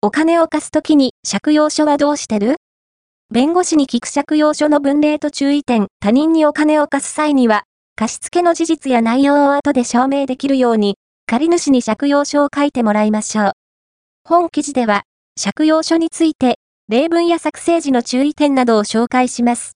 お金を貸すときに借用書はどうしてる？弁護士に聞く借用書の文例と注意点。他人にお金を貸す際には、貸付の事実や内容を後で証明できるように、借主に借用書を書いてもらいましょう。本記事では、借用書について、例文や作成時の注意点などを紹介します。